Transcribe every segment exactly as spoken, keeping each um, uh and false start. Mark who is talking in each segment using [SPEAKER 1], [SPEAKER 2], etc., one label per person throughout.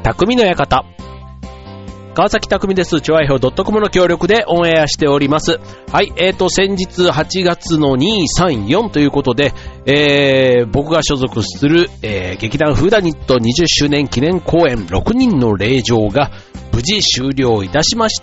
[SPEAKER 1] 匠の館。川崎匠です。チョアヘオ .com の協力でオンエアしております。はい、えーと、先日はちがつのに、さん、よんということで、えー、僕が所属する、えー、劇団フーダニットにじゅっしゅうねん記念公演ろくにんの霊場が無事終了いたしました。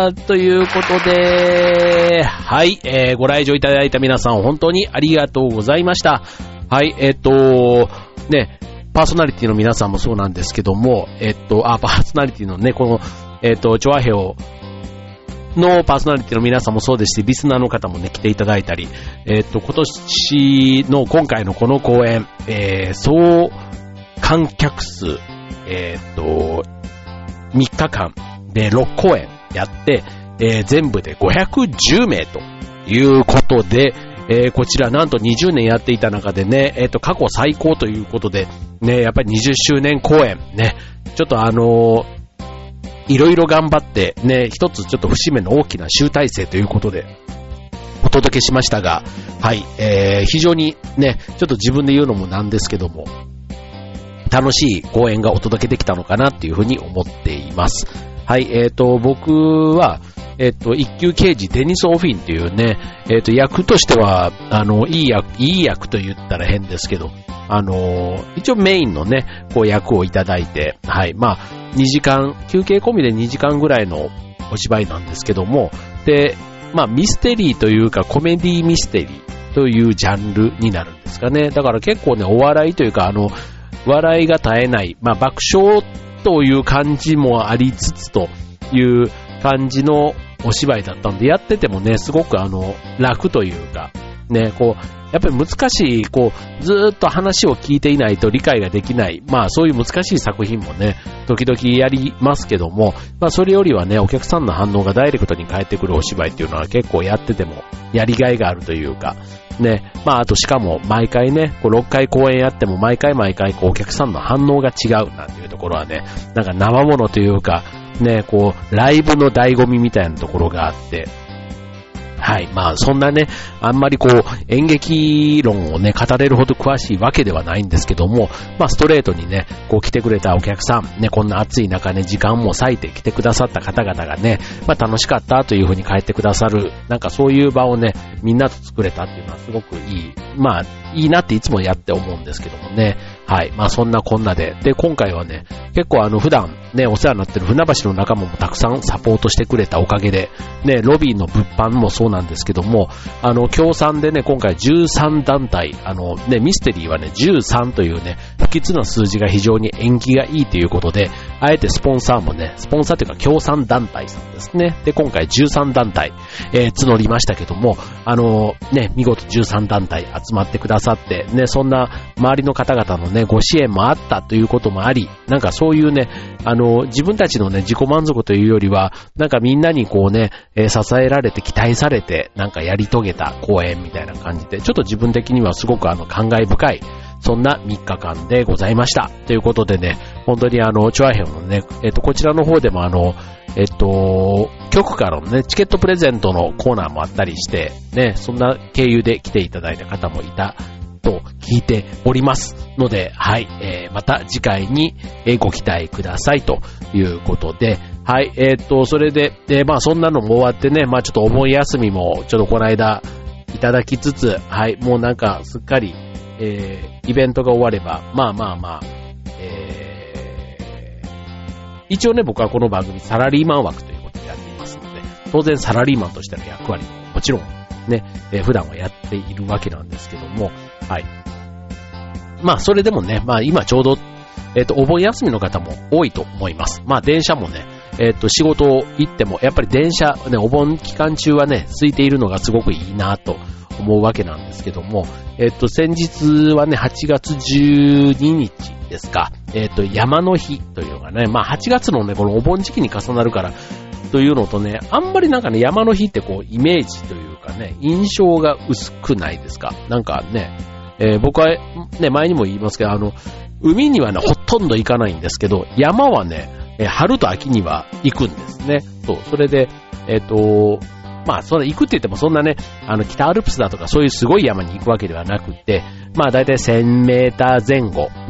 [SPEAKER 1] ということで、はい、えー、ご来場いただいた皆さん本当にありがとうございました。はい、えーと、ね、パーソナリティの皆さんもそうなんですけども、えっと、あ、パーソナリティのね、この、えっと、チョアヘオのパーソナリティの皆さんもそうですし、リスナーの方もね、来ていただいたり、えっと、今年の、今回のこの公演、えー、総観客数、えっと、みっかかんでろっこうえんやって、えー、全部でごひゃくじゅうめいということで、えー、こちらなんとにじゅうねんやっていた中でね、えっと、過去最高ということで、ね、やっぱりにじゅっしゅうねん公演、ね、ちょっとあのー、いろいろ頑張って、ね、一つちょっと節目の大きな集大成ということで、お届けしましたが、はい、えー、非常にね、ちょっと自分で言うのもなんですけども、楽しい公演がお届けできたのかなっていうふうに思っています。はい、えっと、僕は、えっと、一級刑事デニス・オフィンっていうね、えっと、役としては、あの、いい役、いい役と言ったら変ですけど、あの、一応メインのね、こう役をいただいて、はい、まあ、にじかん、休憩込みでにじかんぐらいのお芝居なんですけども、で、まあ、ミステリーというか、コメディミステリーというジャンルになるんですかね。だから結構ね、お笑いというか、あの、笑いが絶えない、まあ、爆笑という感じもありつつという感じのお芝居だったんで、やっててもね、すごくあの、楽というか、ね、こう、やっぱり難しい、こう、ずーっと話を聞いていないと理解ができない、まあそういう難しい作品もね、時々やりますけども、まあそれよりはね、お客さんの反応がダイレクトに返ってくるお芝居っていうのは結構やっててもやりがいがあるというか、ね、まああとしかも毎回ね、こうろっかい公演やっても毎回毎回こうお客さんの反応が違うなんていうところはね、なんか生ものというか、ね、こうライブの醍醐味みたいなところがあって、はい。まあ、そんなね、あんまりこう、演劇論をね、語れるほど詳しいわけではないんですけども、まあ、ストレートにね、こう来てくれたお客さん、ね、こんな暑い中ね、時間も割いて来てくださった方々がね、まあ、楽しかったというふうに帰ってくださる、なんかそういう場をね、みんなと作れたっていうのはすごくいい、まあ、いいなっていつもやって思うんですけどもね。はい。まあ、そんなこんなで。で、今回はね、結構あの、普段ね、お世話になってる船橋の仲間もたくさんサポートしてくれたおかげで、ね、ロビーの物販もそうなんですけども、あの、協賛でね、今回じゅうさんだんたい、あの、ね、ミステリーはね、じゅうさんというね、不吉な数字が非常に縁起がいいということで、あえてスポンサーもね、スポンサーというか協賛団体さんですね。で、今回じゅうさんだんたい、えー、募りましたけども、あの、ね、見事じゅうさんだんたい集まってくださって、ね、そんな周りの方々のね、ご支援もあったということもあり、なんかそういうね、あの、自分たちのね、自己満足というよりは、なんかみんなにこうね、えー、支えられて期待されて、なんかやり遂げた公演みたいな感じで、ちょっと自分的にはすごくあの、感慨深い、そんなみっかかんでございました。ということでね、本当にあの、チョアヘオのね、えっと、こちらの方でもあの、えっと、局からのね、チケットプレゼントのコーナーもあったりして、ね、そんな経由で来ていただいた方もいたと聞いておりますので、はい、えー、また次回にご期待くださいということで、はい、えー、っと、それで、えー、まあそんなのも終わってね、まあちょっとお盆休みもちょっとこの間いただきつつ、はい、もうなんかすっかり、えー、イベントが終われば、まあまあまあ、えー、一応ね、僕はこの番組サラリーマン枠ということでやっていますので、当然サラリーマンとしての役割ももちろんね、えー、普段はやっているわけなんですけども、はい。まあ、それでもね、まあ今ちょうど、えっと、お盆休みの方も多いと思います。まあ電車もね、えっと、仕事行っても、やっぱり電車、ね、お盆期間中はね、空いているのがすごくいいなと思うわけなんですけども、えっと、先日はね、はちがつじゅうににちですか、えっと、山の日というのがね、まあはちがつのね、このお盆時期に重なるから、というのとね、あんまりなんかね、山の日ってこう、イメージというかね、印象が薄くないですか。なんかね、えー、僕はね、前にも言いますけど、あの、海にはね、ほとんど行かないんですけど、山はね、えー、春と秋には行くんですね。そう、それで、えっと、まあ、その行くって言ってもそんなね、あの、北アルプスだとかそういうすごい山に行くわけではなくて、まあ、だいたいせんメーターぜん後、まあ、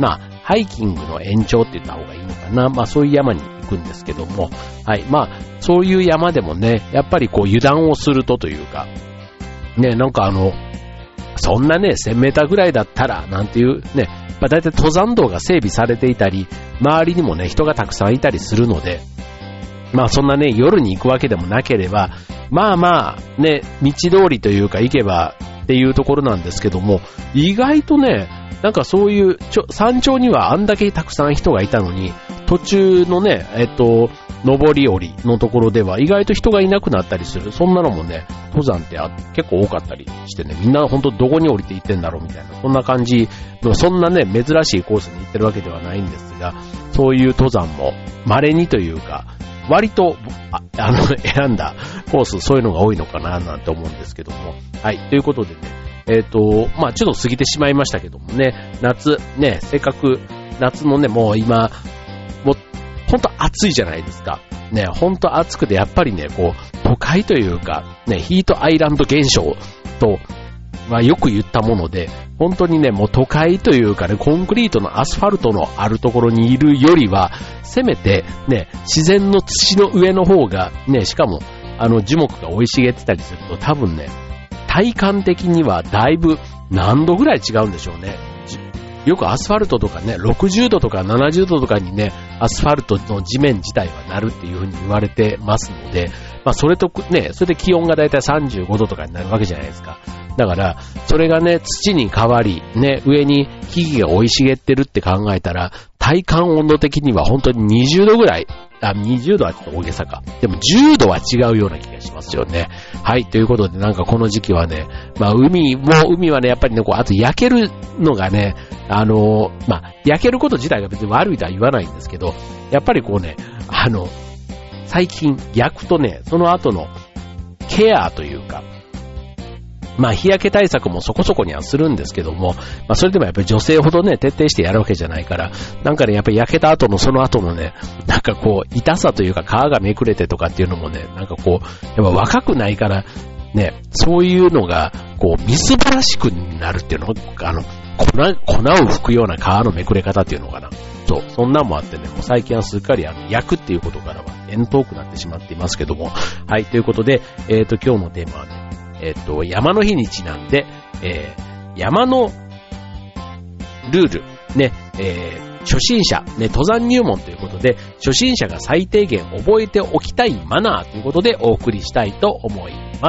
[SPEAKER 1] ハイキングの延長って言った方がいいのかな。まあそういう山に行くんですけども、はい。まあそういう山でもね、やっぱりこう油断をするとというか、ね、なんかあの、そんなね、せんメーターぐらいだったら、なんていうね、まあ大体登山道が整備されていたり、周りにもね、人がたくさんいたりするので、まあそんなね、夜に行くわけでもなければ、まあまあね、道通りというか行けばっていうところなんですけども、意外とね、なんかそういうちょ山頂にはあんだけたくさん人がいたのに、途中のね、えっと、上り下りのところでは意外と人がいなくなったりする。そんなのもね、登山ってあ結構多かったりしてね、みんな本当どこに降りて行ってんだろうみたいな、そんな感じの、そんなね、珍しいコースに行ってるわけではないんですが、そういう登山も稀にというか、割と、あ、あの、選んだコース、そういうのが多いのかな、なんて思うんですけども。はい、ということでね、えっと、まあちょっと過ぎてしまいましたけどもね、夏、ね、せっかく夏のね、もう今、もう、ほんと暑いじゃないですか。ね、ほんと暑くて、やっぱりね、こう、都会というか、ね、ヒートアイランド現象と、まあよく言ったもので、本当にね、もう都会というかね、コンクリートのアスファルトのあるところにいるよりは、せめてね、自然の土の上の方が、ね、しかも、あの樹木が生い茂ってたりすると、多分ね、体感的にはだいぶ何度ぐらい違うんでしょうね。よくアスファルトとかね、ろくじゅうどとかななじゅうどとかにね、アスファルトの地面自体はなるっていう風に言われてますので、まあそれとね、それで気温がだいたいさんじゅうごどとかになるわけじゃないですか。だから、それがね、土に変わり、ね、上に木々が生い茂ってるって考えたら、体感温度的には本当ににじゅうどぐらい、あ、にじゅうどはちょっと大げさか。でもじゅうどは違うような気がしますよね。はい、ということでなんかこの時期はね、まあ海も、海はね、やっぱりね、こう、あと焼けるのがね、あの、まあ、焼けること自体が別に悪いとは言わないんですけど、やっぱりこうね、あの、最近焼くとね、その後のケアというか、まあ日焼け対策もそこそこにはするんですけども、まあそれでもやっぱり女性ほどね、徹底してやるわけじゃないから、なんかね、やっぱり焼けた後のその後のね、なんかこう、痛さというか皮がめくれてとかっていうのもね、なんかこう、やっぱ若くないから、ね、そういうのが、こう、みすぼらしくなるっていうのあの、粉、粉を吹くような皮のめくれ方っていうのかな。そう、そんなんもあってね、もう最近はすっかりあの、焼くっていうことからは遠遠くなってしまっていますけども。はい、ということで、えっと、今日のテーマはね、えっと、山の日にちなんで、えー、山のルール、ね、えー、初心者、ね、登山入門ということで、初心者が最低限覚えておきたいマナーということでお送りしたいと思います。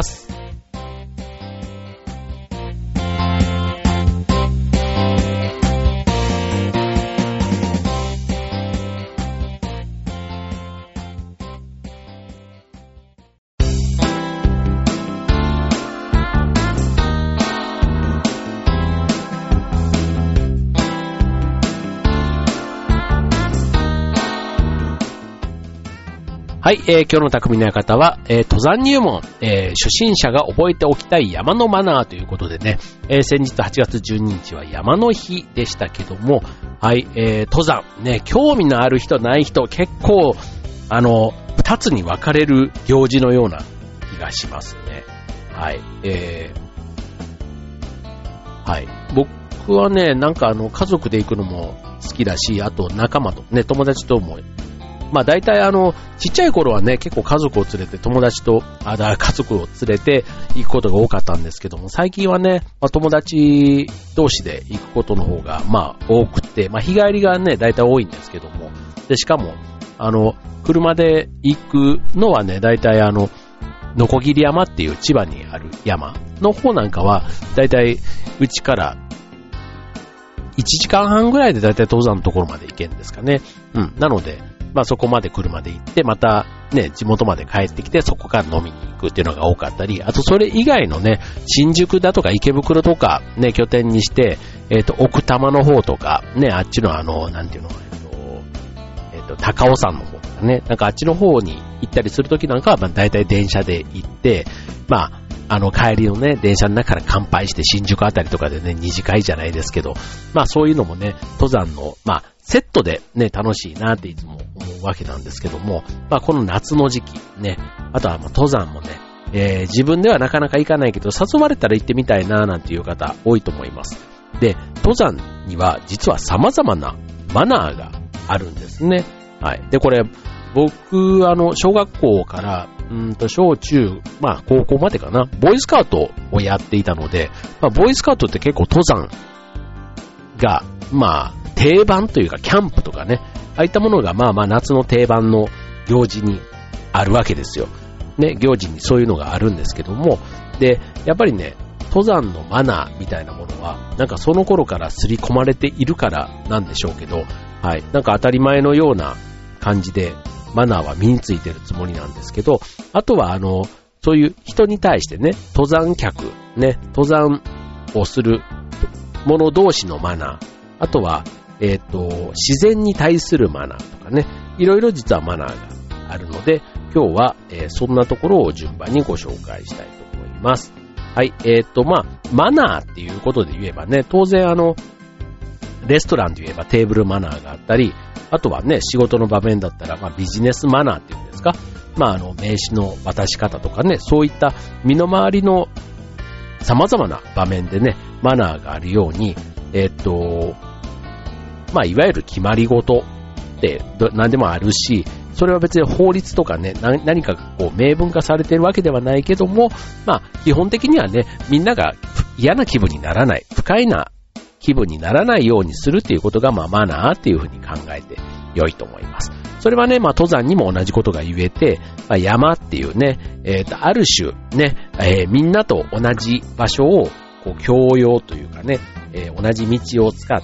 [SPEAKER 1] はい、えー、今日の匠の館は、えー、登山入門、えー、初心者が覚えておきたい山のマナーということでね、えー、先日はちがつじゅうににちは山の日でしたけども、はい、えー、登山、ね、興味のある人ない人、結構、あの、二つに分かれる行事のような気がしますね。はい、えー、はい、僕はね、なんかあの、家族で行くのも好きだし、あと仲間と、ね、友達とも、まあ大体あの、ちっちゃい頃はね、結構家族を連れて、友達と、あ、だ家族を連れて行くことが多かったんですけども、最近はね、まあ、友達同士で行くことの方が、まあ多くて、まあ日帰りがね、大体多いんですけども、で、しかも、あの、車で行くのはね、大体あの、のこぎり山っていう千葉にある山の方なんかは、大体うちからいちじかんはんぐらいで大体登山のところまで行けるんですかね。うん。なので、まあそこまで車で行って、またね、地元まで帰ってきて、そこから飲みに行くっていうのが多かったり、あとそれ以外のね、新宿だとか池袋とかね、拠点にして、えっと、奥多摩の方とか、ね、あっちのあの、なんていうの、えっと、高尾山の方とかね、なんかあっちの方に行ったりするときなんかは、まあ大体電車で行って、まあ、あの帰りのね、電車の中から乾杯して新宿あたりとかでね、二次会じゃないですけど、まあそういうのもね、登山の、まあ、セットでね、楽しいなっていつも思うわけなんですけども、まあこの夏の時期ね、あとはまあ登山もね、えー、自分ではなかなか行かないけど、誘われたら行ってみたいななんていう方多いと思います。で、登山には実は様々なマナーがあるんですね。はい。で、これ、僕、あの、小学校から、うんと、小中、まあ、高校までかな、ボーイスカウトをやっていたので、まあ、ボーイスカウトって結構登山が、まあ、定番というか、キャンプとかね、ああいったものが、まあまあ、夏の定番の行事にあるわけですよ。ね、行事にそういうのがあるんですけども、で、やっぱりね、登山のマナーみたいなものは、なんかその頃から刷り込まれているからなんでしょうけど、はい、なんか当たり前のような感じで、マナーは身についてるつもりなんですけど、あとはあの、そういう人に対してね、登山客、ね、登山をする者同士のマナー、あとは、えっと、自然に対するマナーとかね、いろいろ実はマナーがあるので、今日は、えー、そんなところを順番にご紹介したいと思います。はい、えっと、まあ、マナーっていうことで言えばね、当然あの、レストランで言えばテーブルマナーがあったり、あとはね、仕事の場面だったら、まあ、ビジネスマナーっていうんですか、まあ、あの、名刺の渡し方とかね、そういった身の回りの様々な場面でね、マナーがあるように、えっと、まあ、いわゆる決まり事って何でもあるし、それは別に法律とかね、何かこう明文化されているわけではないけども、まあ、基本的にはね、みんなが嫌な気分にならない、不快な気分にならないようにするっていうことが、まあ、マナーっていうふうに考えて良いと思います。それはね、まあ、登山にも同じことが言えて、まあ、山っていうね、えっと、ある種ね、えー、みんなと同じ場所をこう共用というかね、えー、同じ道を使って、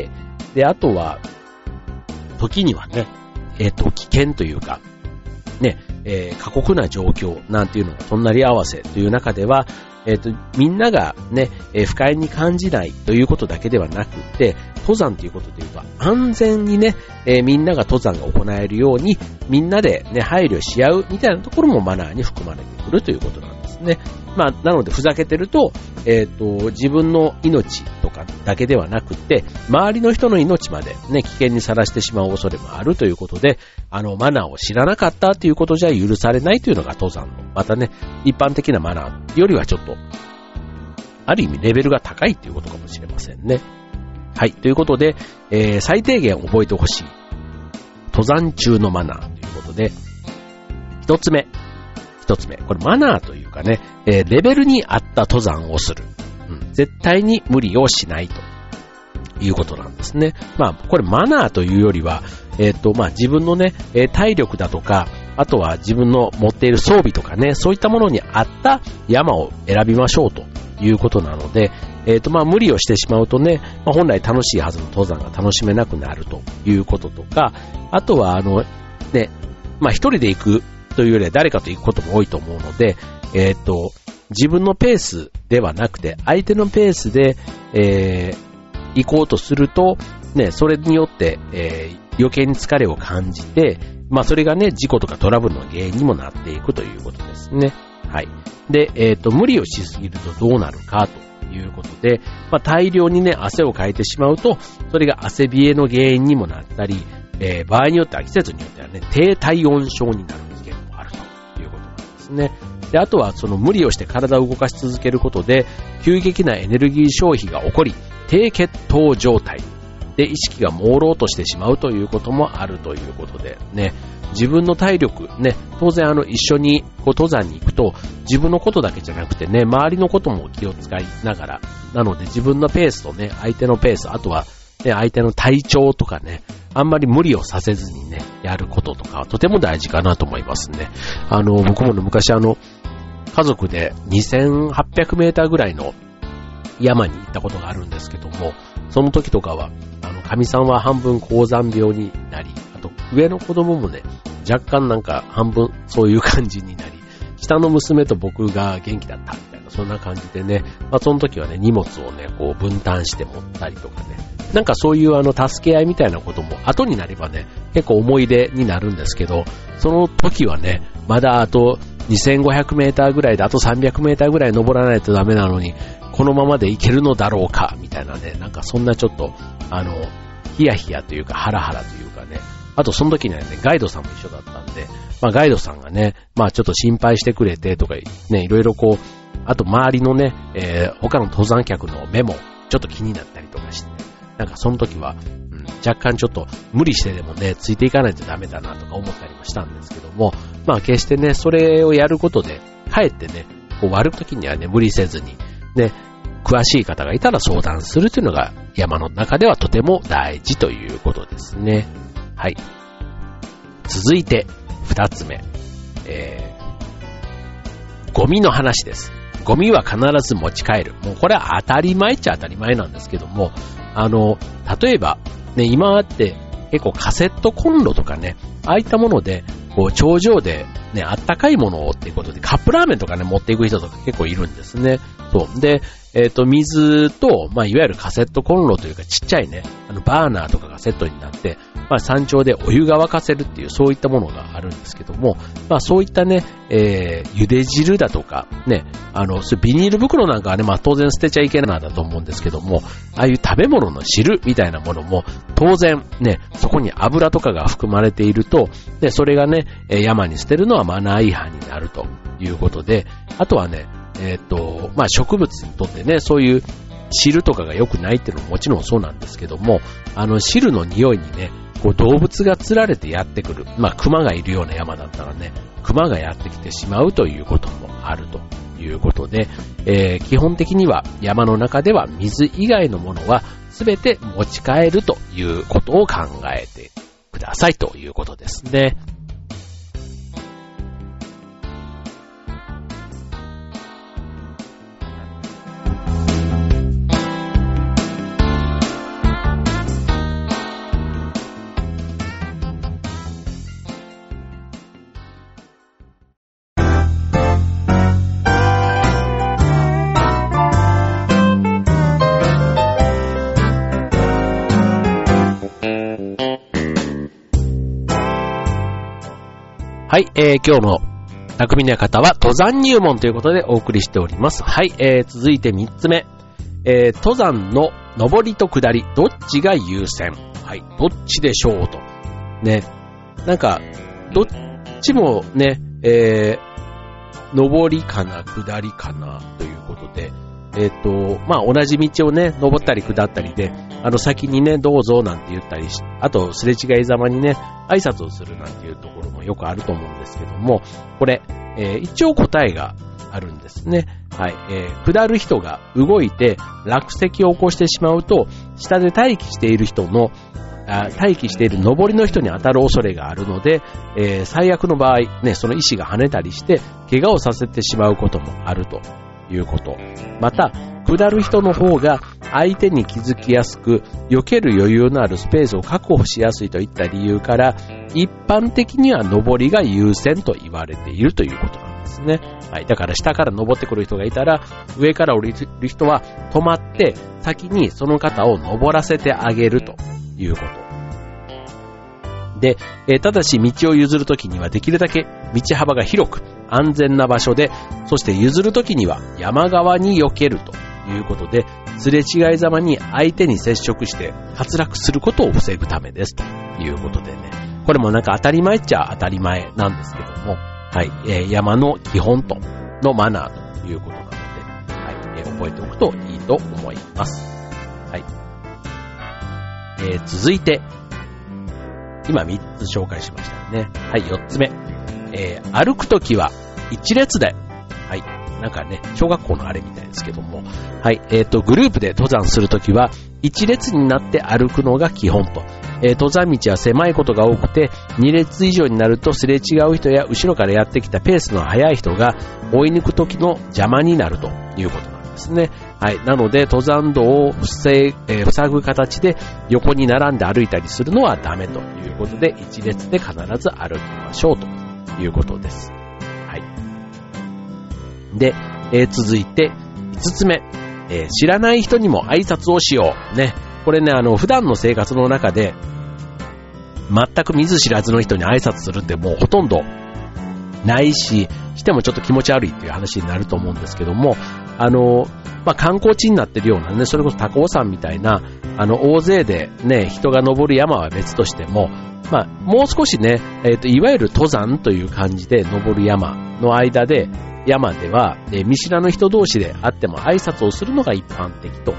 [SPEAKER 1] で、あとは、時にはね、えっと、危険というか、ね、えー、過酷な状況なんていうのが隣り合わせという中では、えっと、みんながね、えー、不快に感じないということだけではなくて、登山ということでいうと、安全にね、えー、みんなが登山が行えるように、みんなでね、配慮し合うみたいなところもマナーに含まれてくるということなんですね。まあ、なので、ふざけてると、えっと、自分の命とかだけではなくて、周りの人の命までね、危険にさらしてしまう恐れもあるということで、あの、マナーを知らなかったということじゃ許されないというのが登山の、またね、一般的なマナーよりはちょっと、ある意味レベルが高いということかもしれませんね。はい。ということで、えー、最低限覚えてほしい。登山中のマナーということで、一つ目。一つ目。これマナーというかね、えー、レベルに合った登山をする。うん。絶対に無理をしないということなんですね。まあ、これマナーというよりは、えっと、まあ、自分のね、体力だとか、あとは自分の持っている装備とかね、そういったものに合った山を選びましょうということなので、えっと、まあ、無理をしてしまうとね、まあ、本来楽しいはずの登山が楽しめなくなるということとか、あとは、あの、ね、まあ、一人で行くというよりは誰かと行くことも多いと思うので、えっと、自分のペースではなくて、相手のペースで、えー、行こうとすると、ね、それによって、えー、余計に疲れを感じて、まあ、それがね、事故とかトラブルの原因にもなっていくということですね。はい。で、えっと、無理をしすぎるとどうなるかということで、まあ、大量にね、汗をかいてしまうと、それが汗冷えの原因にもなったり、えー、場合によっては季節によってはね、低体温症になる危険もあるということなんですね。で、あとはその無理をして体を動かし続けることで、急激なエネルギー消費が起こり、低血糖状態で意識が朦朧としてしまうということもあるということでね、自分の体力ね、当然あの一緒にこう登山に行くと自分のことだけじゃなくてね、周りのことも気を使いながら、なので自分のペースとね、相手のペース、あとはね、相手の体調とかね、あんまり無理をさせずにね、やることとかはとても大事かなと思いますね。あの、僕もね、昔あの、家族でにせんはっぴゃくメーターぐらいの山に行ったことがあるんですけども、その時とかは、あの、神さんは半分高山病になり、あと上の子供もね、若干なんか半分そういう感じになり、下の娘と僕が元気だったみたいな、そんな感じでね、まあその時はね、荷物をね、こう分担して持ったりとかね、なんかそういうあの、助け合いみたいなことも後になればね、結構思い出になるんですけど、その時はね、まだあとにせんごひゃくメーターぐらいであとさんびゃくメーターぐらい登らないとダメなのに、このままでいけるのだろうかみたいなね、なんかそんなちょっとあのヒヤヒヤというかハラハラというかね、あとその時にはね、ガイドさんも一緒だったんで、まあガイドさんがね、まあちょっと心配してくれてとかね、いろいろこう、あと周りのね、えー、他の登山客の目もちょっと気になったりとかして、なんかその時は、うん、 若干ちょっと無理してでもね、ついていかないとダメだなとか思ったりもしたんですけども、まあ決してね、それをやることで、かえってね、こう割るときにはね、無理せずに、ね、詳しい方がいたら相談するというのが山の中ではとても大事ということですね。はい。続いて、二つ目。えー、ゴミの話です。ゴミは必ず持ち帰る。もうこれは当たり前っちゃ当たり前なんですけども、あの、例えば、ね、今って結構カセットコンロとかね、ああいったもので、こう頂上でね、あったかいものをっていうことで、カップラーメンとかね、持っていく人とか結構いるんですね。そう。で、えっと、水と、まあ、いわゆるカセットコンロというかちっちゃいね、あの、バーナーとかがセットになって、まあ、山頂でお湯が沸かせるっていう、そういったものがあるんですけども、まあ、そういったね、えー、茹で汁だとか、ね、あの、ビニール袋なんかはね、まあ、当然捨てちゃいけないんだと思うんですけども、ああいう食べ物の汁みたいなものも、当然、ね、そこに油とかが含まれていると、で、それがね、山に捨てるのはマナー違反になるということで、あとはね、えっと、まあ、植物にとってね、そういう汁とかが良くないっていうのももちろんそうなんですけども、あの汁の匂いにね、こう動物が釣られてやってくる。まあ、熊がいるような山だったらね、熊がやってきてしまうということもあるということで、えー、基本的には山の中では水以外のものは全て持ち帰るということを考えてくださいということですね。はい、えー、今日の匠の館は登山入門ということでお送りしております。はい、えー、続いて三つ目、えー、登山の上りと下りどっちが優先。はい、どっちでしょうとね、なんかどっちもね、えー、上りかな下りかなということで、えっと、まあ、同じ道をね、登ったり下ったりで、あの先にね、どうぞなんて言ったりし、あとすれ違いざまにね、挨拶をするなんていうところもよくあると思うんですけども、これ、えー、一応答えがあるんですね。はい、えー、下る人が動いて落石を起こしてしまうと、下で待機している人の、あ待機している上りの人に当たる恐れがあるので、えー、最悪の場合、ね、その石が跳ねたりして、怪我をさせてしまうこともあるということ。また、下る人の方が相手に気づきやすく、避ける余裕のあるスペースを確保しやすいといった理由から、一般的には上りが優先と言われているということなんですね。はい。だから下から登ってくる人がいたら、上から降りる人は止まって、先にその方を登らせてあげるということ。で、えー、ただし道を譲るときにはできるだけ道幅が広く安全な場所で、そして譲るときには山側に避けるということで、すれ違いざまに相手に接触して滑落することを防ぐためですということでね、これもなんか当たり前っちゃ当たり前なんですけども、はい、えー、山の基本とのマナーということなので、はい、えー、覚えておくといいと思います。はい。えー、続いて今みっつ紹介しましたね。はい、よっつめ。えー、歩くときは一列で。はい。なんかね、小学校のあれみたいですけども。はい。えっと、グループで登山するときは一列になって歩くのが基本と。えー、登山道は狭いことが多くて、二列以上になるとすれ違う人や後ろからやってきたペースの速い人が追い抜くときの邪魔になるということなんですね。はい。なので、登山道を塞、えー、塞ぐ形で横に並んで歩いたりするのはダメということで、一列で必ず歩きましょうということです。はい。で、えー、続いていつつめ、えー、知らない人にも挨拶をしよう。ね。これね、あの、普段の生活の中で、全く見ず知らずの人に挨拶するってもうほとんどないし、してもちょっと気持ち悪いっていう話になると思うんですけども、あの、まあ、観光地になってるようなね、それこそ高尾山みたいな、あの、大勢でね、人が登る山は別としても、まあ、もう少しね、えっと、いわゆる登山という感じで登る山の間で、山では、えー、見知らぬ人同士であっても挨拶をするのが一般的と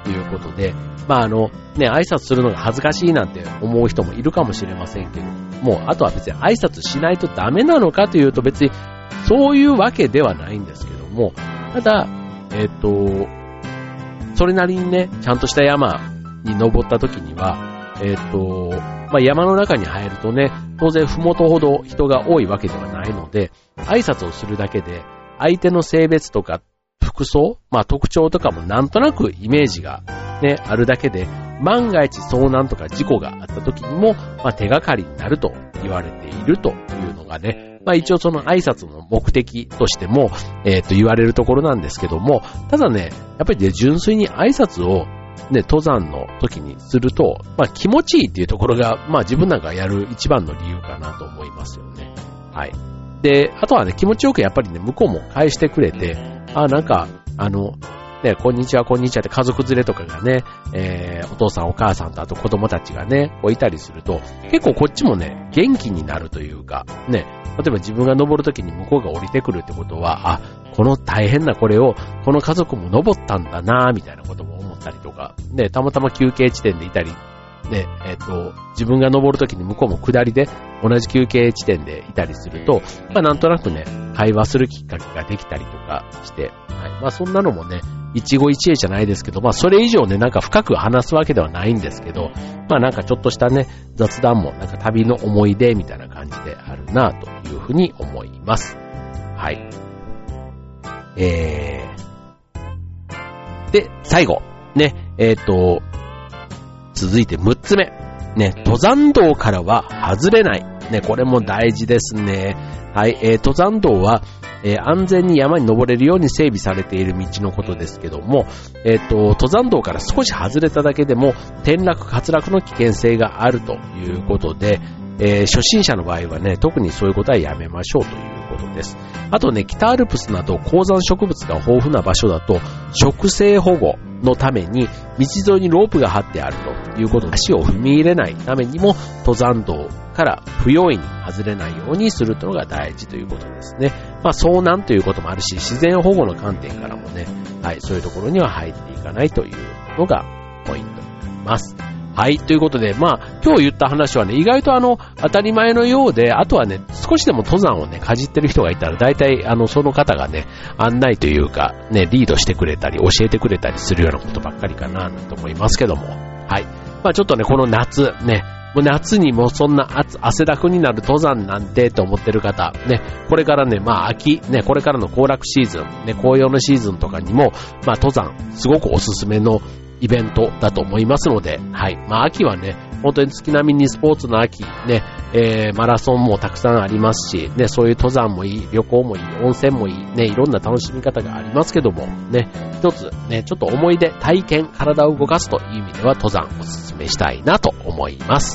[SPEAKER 1] いうことで、まああの、ね、挨拶するのが恥ずかしいなんて思う人もいるかもしれませんけど、もうあとは別に挨拶しないとダメなのかというと別にそういうわけではないんですけども、ただ、えっと、それなりにね、ちゃんとした山に登った時には、えっと、まあ、山の中に入るとね、当然ふもとほど人が多いわけではないので、挨拶をするだけで、相手の性別とか服装、まあ、特徴とかもなんとなくイメージがね、あるだけで、万が一遭難とか事故があった時にも、まあ、手がかりになると言われているというのがね、まあ、一応その挨拶の目的としても、えっと、言われるところなんですけども、ただね、やっぱりね、純粋に挨拶をね、登山の時にすると、まあ気持ちいいっていうところが、まあ自分なんかやる一番の理由かなと思いますよね。はい。で、あとはね、気持ちよくやっぱりね、向こうも返してくれて、あ、なんか、あの、ね、こんにちは、こんにちはって家族連れとかがね、えー、お父さんお母さんとあと子供たちがね、こういたりすると、結構こっちもね、元気になるというか、ね、例えば自分が登るときに向こうが降りてくるってことは、あ、この大変なこれを、この家族も登ったんだなぁ、みたいなことも思ったりとか、ね、たまたま休憩地点でいたり、ね、えっと、自分が登るときに向こうも下りで同じ休憩地点でいたりすると、まあなんとなくね、会話するきっかけができたりとかして、はい。まあそんなのもね、一期一会じゃないですけど、まあそれ以上ね、なんか深く話すわけではないんですけど、まあなんかちょっとしたね、雑談もなんか旅の思い出みたいな感じであるなというふうに思います。はい。えー。で、最後。ね、えっと、続いてむっつめ。ね、登山道からは外れない。ね、これも大事ですね。はい、えー、登山道は、えー、安全に山に登れるように整備されている道のことですけども、えっと、登山道から少し外れただけでも転落、滑落の危険性があるということで、えー、初心者の場合はね、特にそういうことはやめましょうということです。あとね、北アルプスなど高山植物が豊富な場所だと、植生保護のために道沿いにロープが張ってあるということで、足を踏み入れないためにも登山道から不用意に外れないようにするというのが大事ということですね。まあ遭難ということもあるし、自然保護の観点からもね、はい、そういうところには入っていかないというのがポイントになります。はい。ということで、まあ、今日言った話はね、意外とあの、当たり前のようで、あとはね、少しでも登山をね、かじってる人がいたら、大体、あの、その方がね、案内というか、ね、リードしてくれたり、教えてくれたりするようなことばっかりかな、と思いますけども。はい。まあ、ちょっとね、この夏、ね、もう夏にもそんな汗だくになる登山なんてと思ってる方、ね、これからね、まあ、秋、ね、これからの行楽シーズン、ね、紅葉のシーズンとかにも、まあ、登山、すごくおすすめの、イベントだと思いますので、はい。まあ、秋はね、本当に月並みにスポーツの秋、ね、えー、マラソンもたくさんありますし、ね、そういう登山もいい、旅行もいい、温泉もいい、ね、いろんな楽しみ方がありますけども、ね、一つ、ね、ちょっと思い出、体験、体を動かすという意味では、登山おすすめしたいなと思います。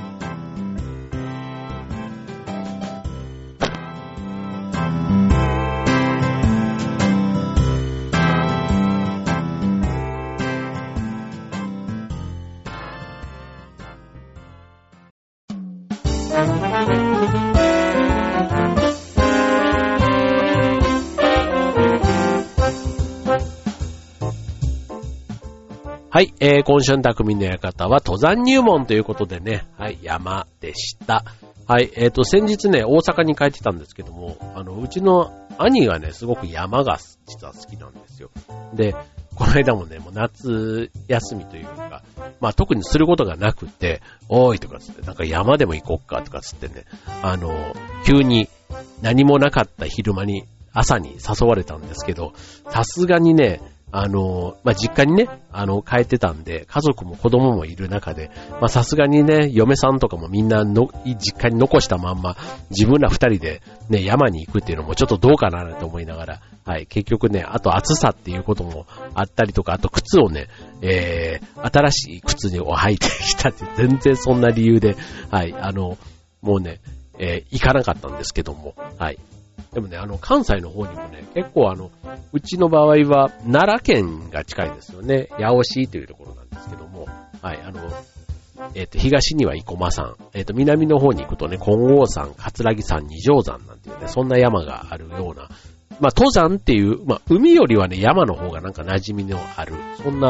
[SPEAKER 1] はい、えー、今週の匠の館は登山入門ということでね、はい、山でした。はい、えっと、先日ね、大阪に帰ってたんですけども、あの、うちの兄がね、すごく山が実は好きなんですよ。で、この間もね、もう夏休みというか、まあ特にすることがなくて、おーいとかつって、なんか山でも行こっかとかつってね、あの、急に何もなかった昼間に、朝に誘われたんですけど、さすがにね、あの、まあ、実家にね、あの、帰ってたんで、家族も子供もいる中で、まあ、さすがにね、嫁さんとかもみんなの、実家に残したまんま、自分ら二人でね、山に行くっていうのもちょっとどうかなと思いながら、はい、結局ね、あと暑さっていうこともあったりとか、あと靴をね、えー、新しい靴を履いてきたって全然そんな理由で、はい、あの、もうね、えー、行かなかったんですけども、はい。でもね、あの、関西の方にもね、結構あの、うちの場合は、奈良県が近いですよね。八尾市というところなんですけども、はい、あの、えっと、東には生駒山、えっと、南の方に行くとね、金剛山、葛城山、二条山なんていうね、そんな山があるような、まあ、登山っていう、まあ、海よりはね、山の方がなんか馴染みのある、そんな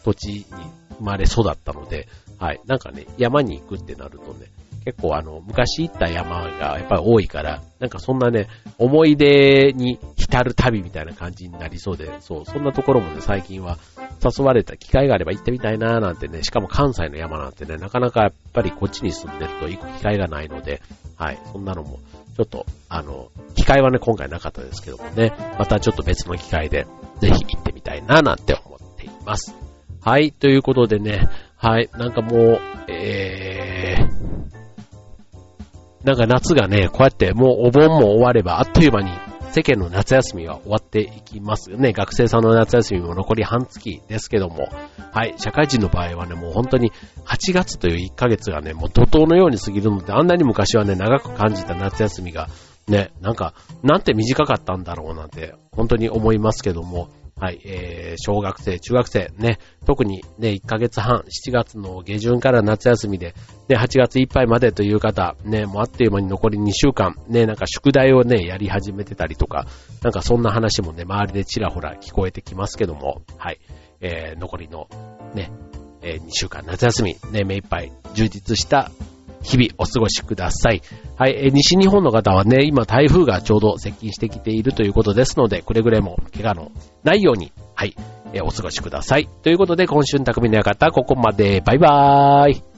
[SPEAKER 1] 土地に生まれ育ったので、はい。なんかね、山に行くってなるとね、結構あの、昔行った山がやっぱり多いから、なんかそんなね、思い出に浸る旅みたいな感じになりそうで、そう、そんなところもね、最近は誘われた機会があれば行ってみたいなーなんてね、しかも関西の山なんてね、なかなかやっぱりこっちに住んでると行く機会がないので、はい、そんなのも、ちょっと、あの、機会はね、今回なかったですけどもね、またちょっと別の機会で、ぜひ行ってみたいなーなんて思っています。はい、ということでね、はい、なんかもう、えー、なんか夏がね、こうやってもうお盆も終わればあっという間に世間の夏休みは終わっていきますよね。学生さんの夏休みも残り半月ですけども、はい、社会人の場合はね、もう本当にはちがつといういっかげつがね、もう怒涛のように過ぎるので、あんなに昔はね、長く感じた夏休みがね、なんか、なんて短かったんだろうなんて、本当に思いますけども、はい、えー、小学生、中学生、ね、特にね、いっかげつはん、しちがつの下旬から夏休みで、ね、はちがついっぱいまでという方、ね、もうあっという間に残りにしゅうかん、ね、なんか宿題をね、やり始めてたりとか、なんかそんな話もね、周りでちらほら聞こえてきますけども、はい、えー、残りの、ね、えー、にしゅうかん夏休み、ね、目いっぱい充実した日々お過ごしください。はい、えー、西日本の方はね、今台風がちょうど接近してきているということですので、くれぐれも怪我のないように、はい、えー、お過ごしください。ということで、今週の匠の館、ここまで。バイバーイ。